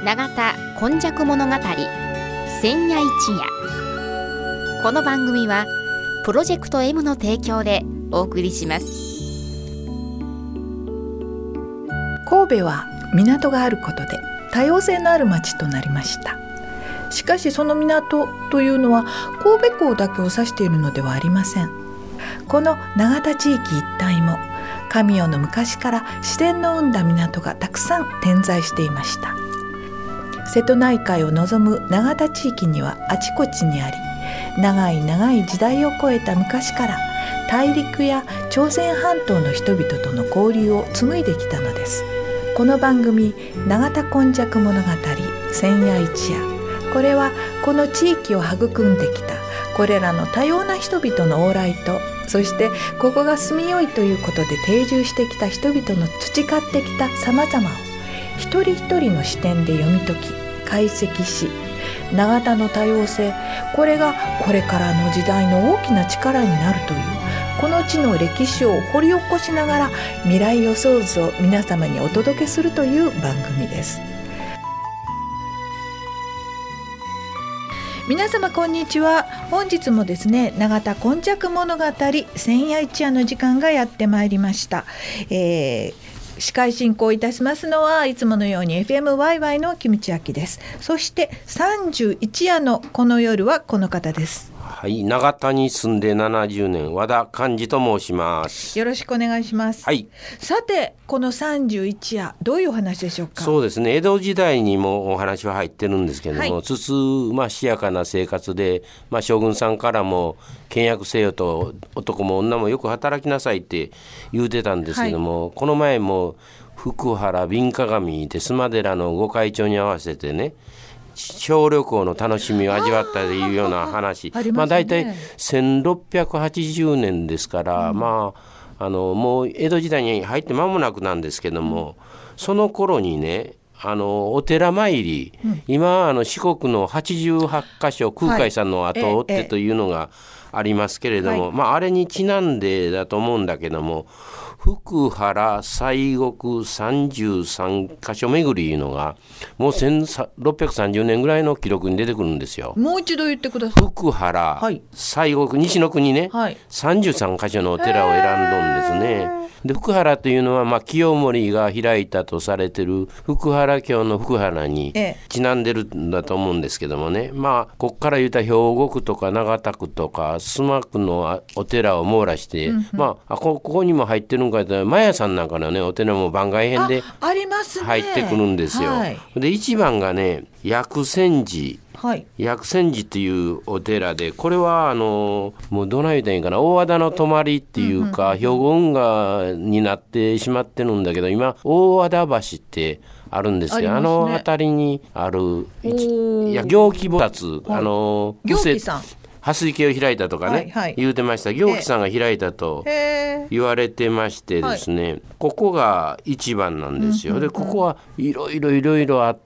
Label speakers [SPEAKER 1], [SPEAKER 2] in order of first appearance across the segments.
[SPEAKER 1] 永田今昔物語千夜一夜。この番組はプロジェクト M の提供でお送りします。
[SPEAKER 2] 神戸は港があることで多様性のある町となりました。しかしその港というのは神戸港だけを指しているのではありません。この永田地域一帯も神代の昔から自然の生んだ港がたくさん点在していました。瀬戸内海を望む永田地域にはあちこちにあり、長い長い時代を超えた昔から大陸や朝鮮半島の人々との交流を紡いできたのです。この番組永田今昔物語千夜一夜、これはこの地域を育んできたこれらの多様な人々の往来と、そしてここが住みよいということで定住してきた人々の培ってきた様々を一人一人の視点で読み解き解析し、永田の多様性、これがこれからの時代の大きな力になるというこの地の歴史を掘り起こしながら未来予想図を皆様にお届けするという番組です。皆様こんにちは。本日もですね、永田今昔物語千夜一夜の時間がやってまいりました。司会進行いたしますのはいつものように FMYY のキムチ焼きです。そして31夜のこの夜はこの方です。
[SPEAKER 3] はい、永田に住んで70年和田寛治と申します。
[SPEAKER 2] よろしくお願いします。
[SPEAKER 3] はい、
[SPEAKER 2] さてこの31夜どういうお話でしょうか。
[SPEAKER 3] そうですね、江戸時代にもお話は入ってるんですけども、つつましやかな生活で、将軍さんからも倹約せよと、男も女もよく働きなさいって言うてたんですけども、この前も福原瓶鏡で須磨寺の御開帳に合わせてね、小旅行の楽しみを味わったというような話、だいたい1680年ですから、もう江戸時代に入って間もなくなんですけども、その頃にね、お寺参り、今四国の88カ所空海さんの後を追ってというのがありますけれども、あれにちなんでだと思うんだけども、福原西国33カ所巡りいうのがもう1630年ぐらいの記録に出てくるんですよ。
[SPEAKER 2] もう一度言ってください。
[SPEAKER 3] 福原、西国、西の国ね、33カ所のお寺を選んどんですね。で福原というのは、清盛が開いたとされている福原京の福原にちなんでるんだと思うんですけどもね、ここから言うた兵庫区とか長田区とか須磨区のお寺を網羅して、ここにも入ってるんかと、マヤさんなんかのねお寺も番外編で入ってくるんですよ。で一番がね、薬泉寺、薬泉寺っていうお寺で、これはもうどない言うたらいいかな、大和田の泊まりっていうか、兵庫運河になってしまってるんだけど、今大和田橋ってあるんですよ。あの辺りにある行基菩薩、行基さん蓮池を開いたとかね、言うてました。行基さんが開いたと言われてましてですね、ここが一番なんですよ。でここはいろいろあって、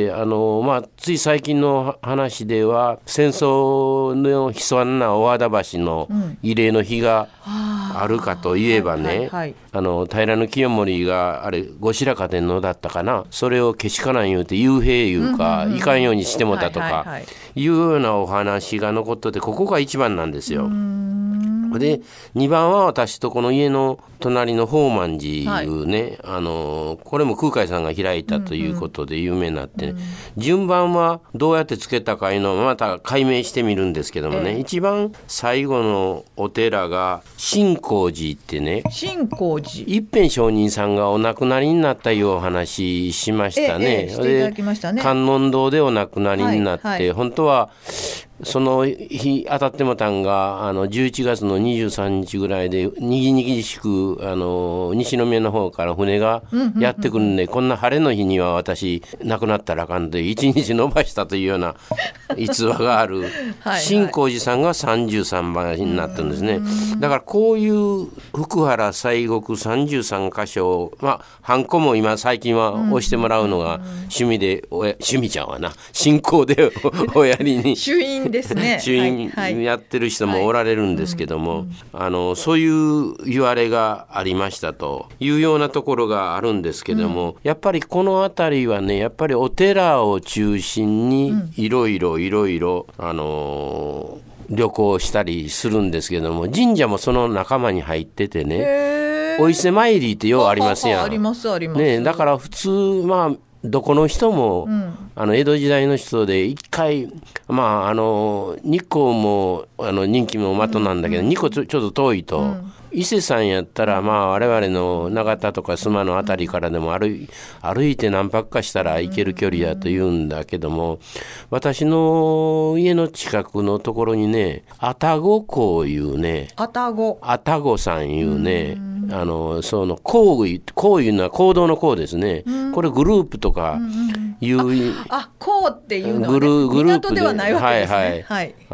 [SPEAKER 3] つい最近の話では戦争の悲惨な大和田橋の慰霊の日があるかといえばね、平清盛があれ後白河天皇だったかな、それをけしからん言うて幽閉いうか、いかんようにしてもたとかいうようなお話が残ってて、ここが一番なんですよ。で2番は私とこの家の隣の宝満寺いうね、これも空海さんが開いたということで有名になって、順番はどうやってつけたかいうのをまた解明してみるんですけどもね、一番最後のお寺が真光寺ってね、
[SPEAKER 2] 真光寺
[SPEAKER 3] 一遍上人さんがお亡くなりになったいうお話しましたね。
[SPEAKER 2] していただきましたね。
[SPEAKER 3] 観音堂でお亡くなりになって、本当はその日当たってもたんが11月の23日ぐらいで、にぎにぎしく西宮の方から船がやってくるんで、こんな晴れの日には私亡くなったらあかんと1日延ばしたというような逸話がある真光寺さんが33番になってるんですね。だからこういう福原西国33カ所を、ハンコも今最近は押してもらうのが趣味で、趣味ちゃんはな、信仰でおやりに
[SPEAKER 2] 主因員ですね
[SPEAKER 3] 主員やってる人もおられるんですけども、そういう言われがありましたというようなところがあるんですけども、やっぱりこの辺りはね、やっぱりお寺を中心にいろいろ旅行したりするんですけども、神社もその仲間に入っててね、お伊勢参りってようありますやん。
[SPEAKER 2] ありますあります、
[SPEAKER 3] ね、だから普通どこの人も、江戸時代の人で一回、日光も人気も的なんだけど、日光ちょっと遠いと、伊勢さんやったら我々の長田とか須磨のあたりからでも歩いて何泊かしたら行ける距離やと言うんだけども、私の家の近くのところにね、愛宕港いうね、愛宕さんいうね、その港いうのは行動の港ですね、これグループとかいう
[SPEAKER 2] 港っていうのは、ね、港ではないわけですね。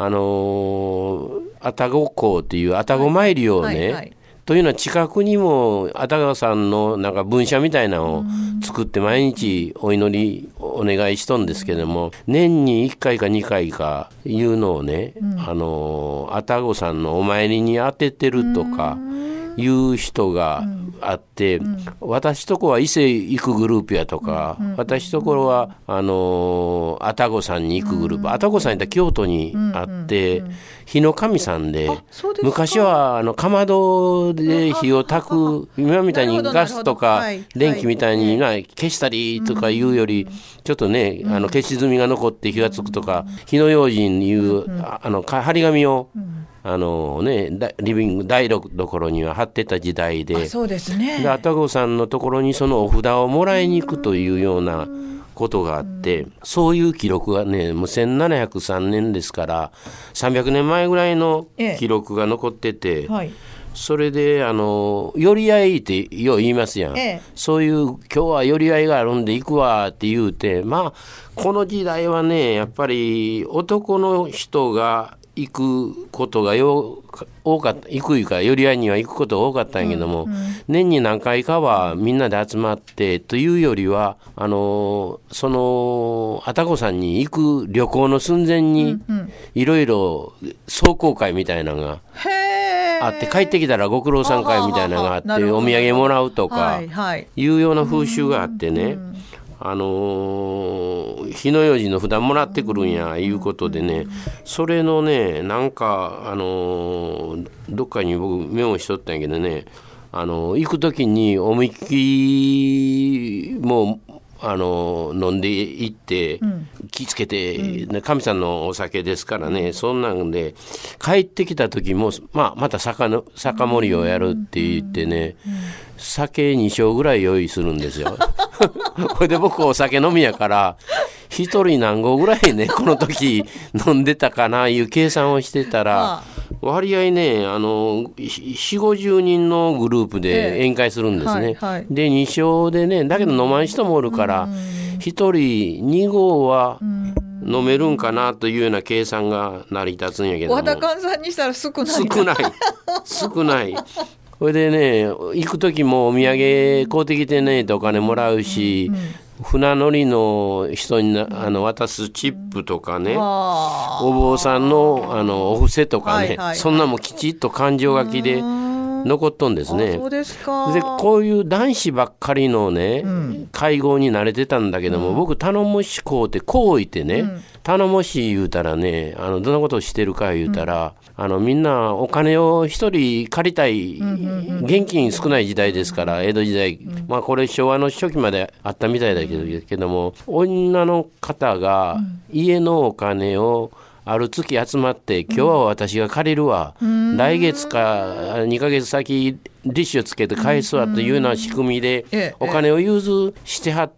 [SPEAKER 3] 愛宕港っていう愛宕参りをね、というのは近くにも愛宕さんのなんか文社みたいなのを作って毎日お祈りお願いしとんですけども、年に1回か2回かいうのをね、愛宕さんのお参りに当ててるとかいう人があって、私とこは伊勢行くグループやとか、私ところは愛宕さんに行くグループ、愛宕さんって京都にあって、火の神さんで、昔はかまどで火を焚く、今みたいにガスとか電気みたいに消したりとかいうより、ちょっとね、消し炭が残って火がつくとか、火の用心いう張り紙をリビング台所には貼ってた時代で、
[SPEAKER 2] そうですね。
[SPEAKER 3] で愛宕さんのところにそのお札をもらいに行くというようなことがあって、そういう記録がね、もう1703年ですから300年前ぐらいの記録が残ってて、それで寄り合いってよう言いますやん、そういう今日は寄り合いがあるんで行くわって言うて、この時代はね、やっぱり男の人が行くことが多かった、行くいうか寄り合いには行くことが多かったんやけども、年に何回かはみんなで集まってというよりは、その愛宕さんに行く旅行の寸前にいろいろ壮行会みたいなのがあって、帰ってきたらご苦労さん会みたいなのがあって、お土産もらうとかいうような風習があってね、火の用心の札もらってくるんやいうことでね、それのね、なんかどっかに僕メモしとったんやけどね、行く時におみきも飲んで行って、気つけて、神さんのお酒ですからね、そんなんで帰ってきた時も、また酒盛りをやるって言ってね、酒2升ぐらい用意するんですよ。これで僕お酒飲みやから一人何合ぐらいね、この時飲んでたかないう計算をしてたら、割合ね、4、50人のグループで宴会するんですね、で2升でね、だけど飲まん人もおるから1人2合は飲めるんかなというような計算が成り立つんやけども、
[SPEAKER 2] 和田勘さんにしたら少ない。
[SPEAKER 3] それでね、行く時もお土産買うてきてねってお金もらうし、船乗りの人に渡すチップとかね、お坊さんのお布施とかね、そんなもきちっと勘定書きで残っとんですね。
[SPEAKER 2] そうですか。
[SPEAKER 3] でこういう男子ばっかりのね、会合に慣れてたんだけども、僕頼もしこうってこう言ってね、頼もしい言うたらね、どんなことをしてるか言うたら、みんなお金を一人借りたい、現金少ない時代ですから、江戸時代、これ昭和の初期まであったみたいだけども、女の方が家のお金をある月集まって、今日は私が借りるわ、来月か2ヶ月先利子をつけて返すわというような仕組みでお金を融通してはって、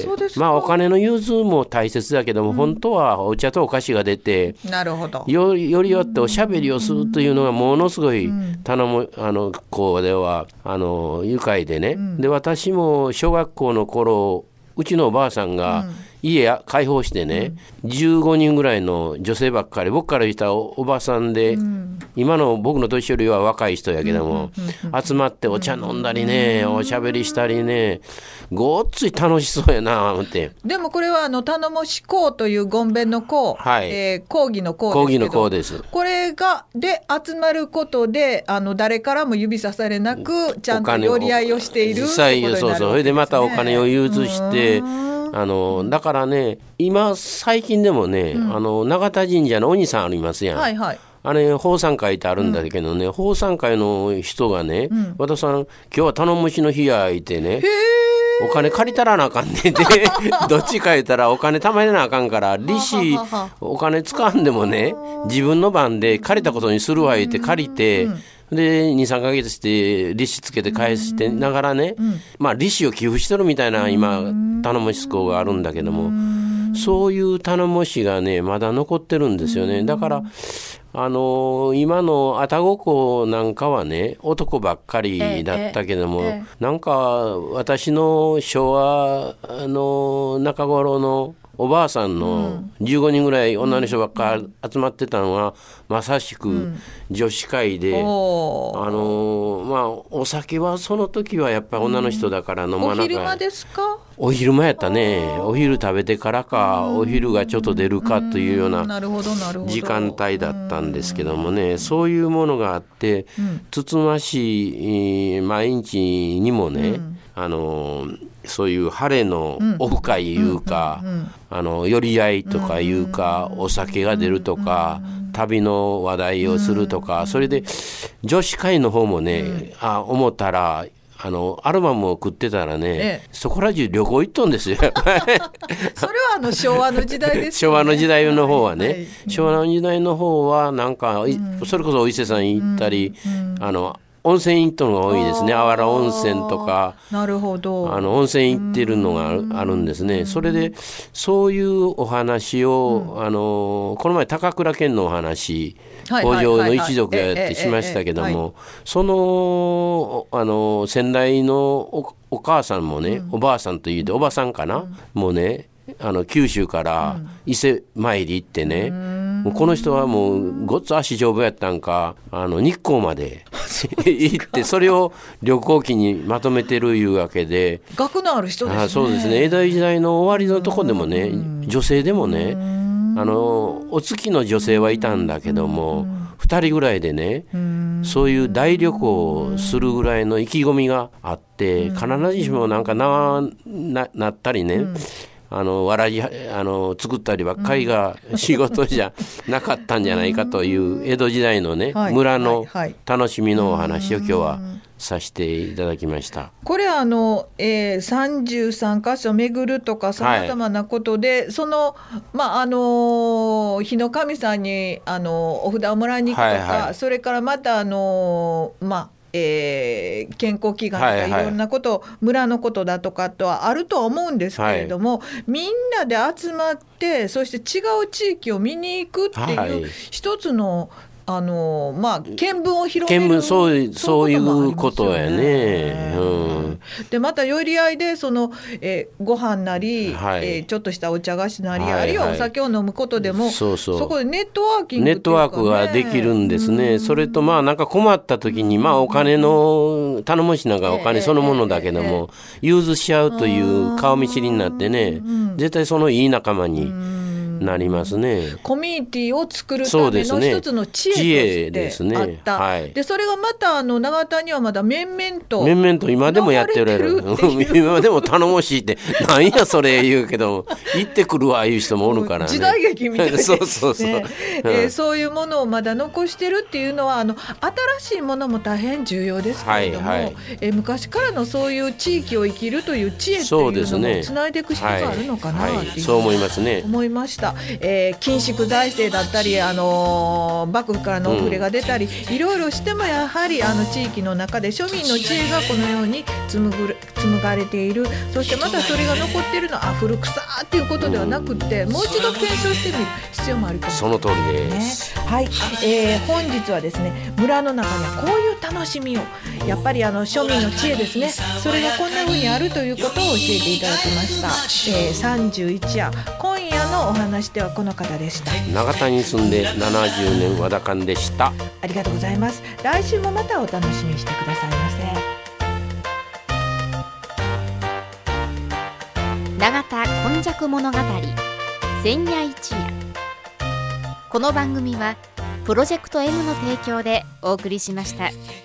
[SPEAKER 3] お金の融通も大切だけども、本当はお茶とお菓子が出て、よりよっておしゃべりをするというのがものすごいこうでは愉快でね、で私も小学校の頃、うちのおばあさんが家開放してね、15人ぐらいの女性ばっかり、僕からしたら おばさんで、今の僕の年寄りは若い人やけども、集まってお茶飲んだりね、おしゃべりしたりね、ごっつい楽しそうやな思って。
[SPEAKER 2] でもこれは頼もし講というごんべんの講、講義の講ですけど、
[SPEAKER 3] 講義の講です。
[SPEAKER 2] これがで集まることで誰からも指さされなくちゃんと寄り合いをしている
[SPEAKER 3] 実際、そうそう、それでまたお金を融通して、だからね、今最近でもね、永田神社の鬼さんありますやん、奉賛会ってあるんだけどね、奉賛会の人がね、和田さん今日は頼もしの日やいてね、お金借りたらなあかんねんでどっちか言ったらお金貯めなあかんから利子お金使わんでもね、自分の番で借りたことにするわ言って借りて、で 2,3 ヶ月して利子つけて返してながらね、利子を寄付しとるみたいな今頼もし校があるんだけども、そういう頼もしがねまだ残ってるんですよね。だから今の愛宕校なんかはね男ばっかりだったけども、なんか私の昭和の中頃のおばあさんの15人ぐらい女の人ばっかり集まってたのはまさしく女子会で、お酒はその時はやっぱり女の人だから飲まなかった。
[SPEAKER 2] お昼間ですか？
[SPEAKER 3] お昼間やったね。お昼食べてからかお昼がちょっと出るかというような時間帯だったんですけどもね、そういうものがあってつつましい毎日にもね、そういう晴れのオフ会いうか、寄り合いとかいうか、お酒が出るとか、旅の話題をするとか、それで女子会の方もね、思ったらアルバムを食ってたらね、そこら中旅行行っとんですよそれ
[SPEAKER 2] は昭和の時代です
[SPEAKER 3] よね。昭和の時代の方はね、昭和の時代の方はなんか、それこそお伊勢さん行ったり、温泉行ったのが多いですね。あわら温泉とか。
[SPEAKER 2] なるほど。
[SPEAKER 3] 温泉行ってるのがあるんですね。それでそういうお話を、この前高倉健のお話、北条の一族やってしましたけども、その先代のお母さんもね、おばあさんというでおばさんかな、もうね九州から伊勢参り行ってね、もうこの人はもうごっつ足丈夫やったんか日光まで行ってそれを旅行記にまとめてるいうわけで、
[SPEAKER 2] 学のある人ですね。
[SPEAKER 3] そうですね。江戸時代の終わりのとこでもね、女性でもね、お月の女性はいたんだけども2人ぐらいでね、そういう大旅行をするぐらいの意気込みがあって、必ずしもなんかなったりね、わらじ作ったりばっかりが仕事じゃなかったんじゃないかという江戸時代のね、村の楽しみのお話を今日はさせていただきました。
[SPEAKER 2] これ33箇所巡るとかさまざまなことで、その日の神さんにお札をもらいに行くとか、それからまた健康祈願とかいろんなこと、村のことだとかとはあるとは思うんですけれども、みんなで集まってそして違う地域を見に行くっていう一つの見聞を広げる、
[SPEAKER 3] そういうことやね。
[SPEAKER 2] でまた寄り合いでご飯なり、ちょっとしたお茶菓子なり、あるいはお酒を飲むことでも、そこでネットワーキングっていうか、
[SPEAKER 3] ネットワークができるんですね。それとなんか困った時にお金の頼もしなんかお金そのものだけども、融通し合うという顔見知りになってね、絶対そのいい仲間になりますね。
[SPEAKER 2] コミュニティを作るための一つの知恵としてあった。でそれがまた長田にはまだ面々と
[SPEAKER 3] 今でもやってられる今でも頼もしいってなんやそれ言うけど行ってくるわいう人もおるからね。
[SPEAKER 2] 時代劇みたいですね。
[SPEAKER 3] そう
[SPEAKER 2] いうものをまだ残してるっていうのは新しいものも大変重要ですけれども、昔からのそういう地域を生きるという知恵っていうのもつないでいく必要があるのかなっていう、
[SPEAKER 3] そう思いますね。
[SPEAKER 2] 思いました。 た、緊縮財政だったり、幕府からの遅れが出たり、いろいろしてもやはり地域の中で庶民の知恵がこのように紡がれている。そしてまたそれが残っているのは古くさっていうことではなくて、もう一度検証してみる必要もあるかもしれない。
[SPEAKER 3] その通りです、
[SPEAKER 2] ね。はい、本日はですね、村の中にはこういう楽しみを、やっぱり庶民の知恵ですね、それがこんな風にあるということを教えていただきました。31夜今夜のお話ではこの方でした。
[SPEAKER 3] 長田に住んで70年和田勘でした。
[SPEAKER 2] ありがとうございます。来週もまたお楽しみにしてくださいませ。
[SPEAKER 1] 永田今昔物語千夜一夜。この番組はプロジェクト M の提供でお送りしました。